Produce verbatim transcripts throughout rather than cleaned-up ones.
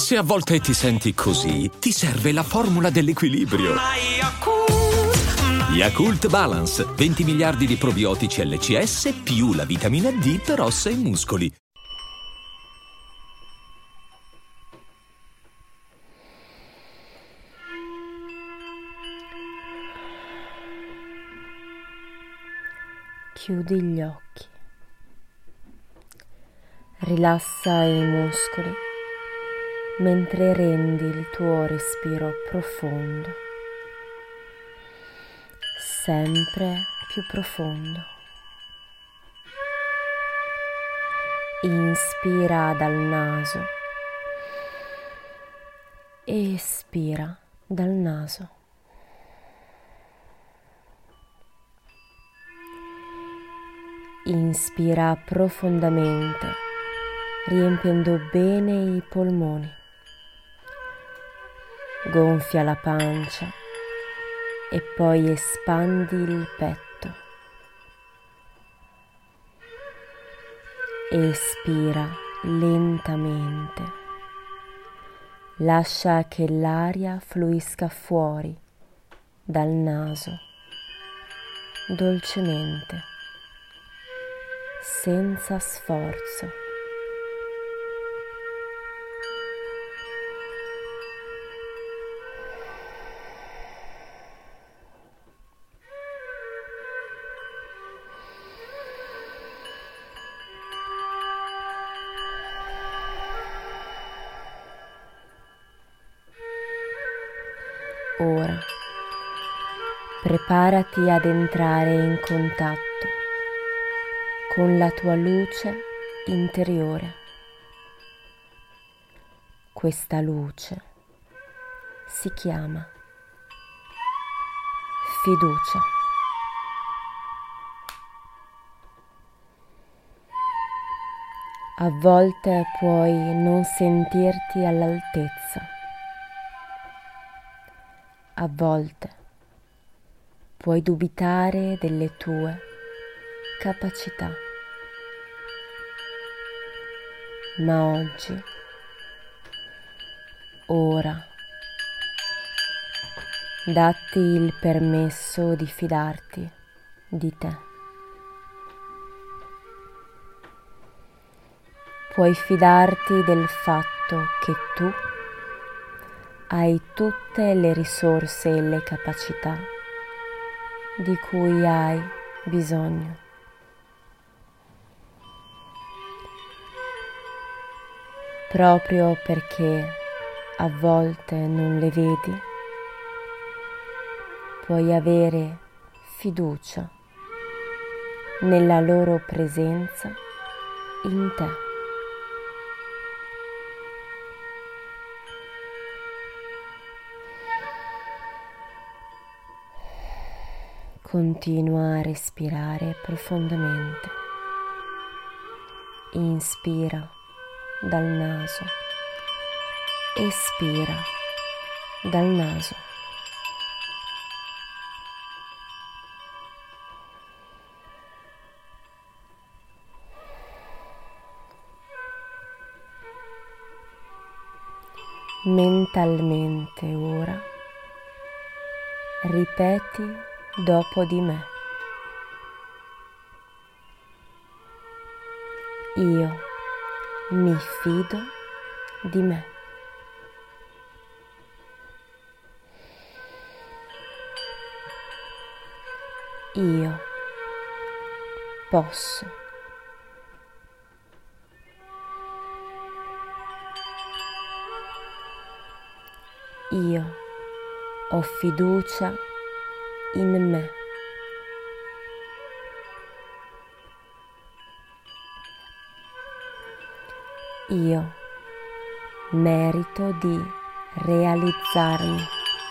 Se a volte ti senti così, ti serve la formula dell'equilibrio. Yakult Balance, venti miliardi di probiotici L C S più la vitamina D per ossa e muscoli. Chiudi gli occhi, rilassa i muscoli mentre rendi il tuo respiro profondo, sempre più profondo. Inspira dal naso, espira dal naso. Inspira profondamente, riempiendo bene i polmoni. Gonfia la pancia e poi espandi il petto. Espira lentamente. Lascia che l'aria fluisca fuori dal naso, dolcemente, senza sforzo. Ora preparati ad entrare in contatto con la tua luce interiore. Questa luce si chiama fiducia. A volte puoi non sentirti all'altezza. A volte puoi dubitare delle tue capacità. Ma oggi, ora, datti il permesso di fidarti di te. Puoi fidarti del fatto che tu hai tutte le risorse e le capacità di cui hai bisogno. Proprio perché a volte non le vedi, puoi avere fiducia nella loro presenza in te. Continua a respirare profondamente. Inspira dal naso, espira dal naso. Mentalmente ora ripeti dopo di me. Io mi fido di me. Io posso. Io ho fiducia in me. Io merito di realizzarmi.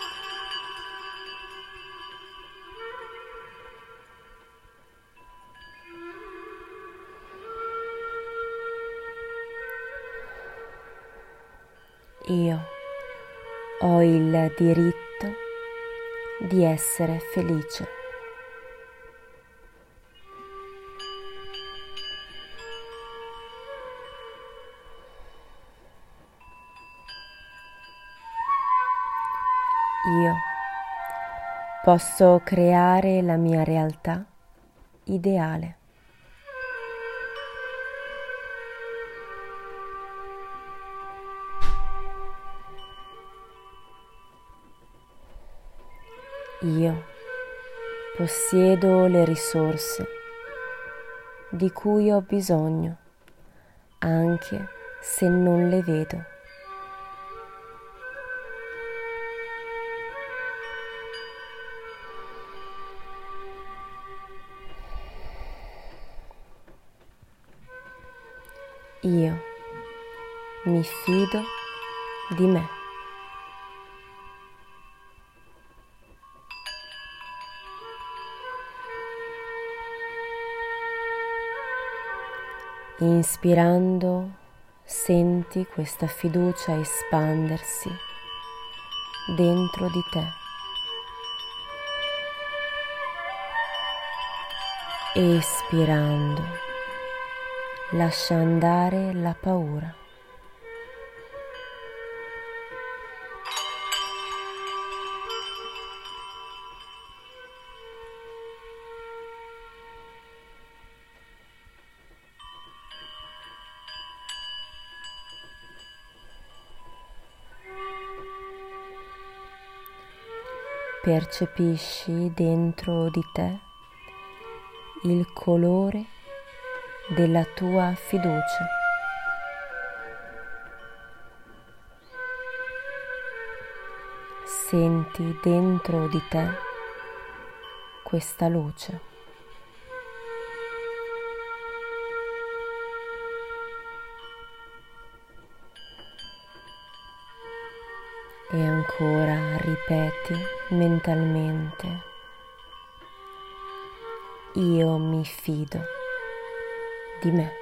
Io ho il diritto di essere felice. Io posso creare la mia realtà ideale. Io possiedo le risorse di cui ho bisogno, anche se non le vedo. Io mi fido di me. Inspirando, senti questa fiducia espandersi dentro di te. Espirando, lascia andare la paura. Percepisci dentro di te il colore della tua fiducia. Senti dentro di te questa luce. E ancora ripeti mentalmente: io mi fido di me.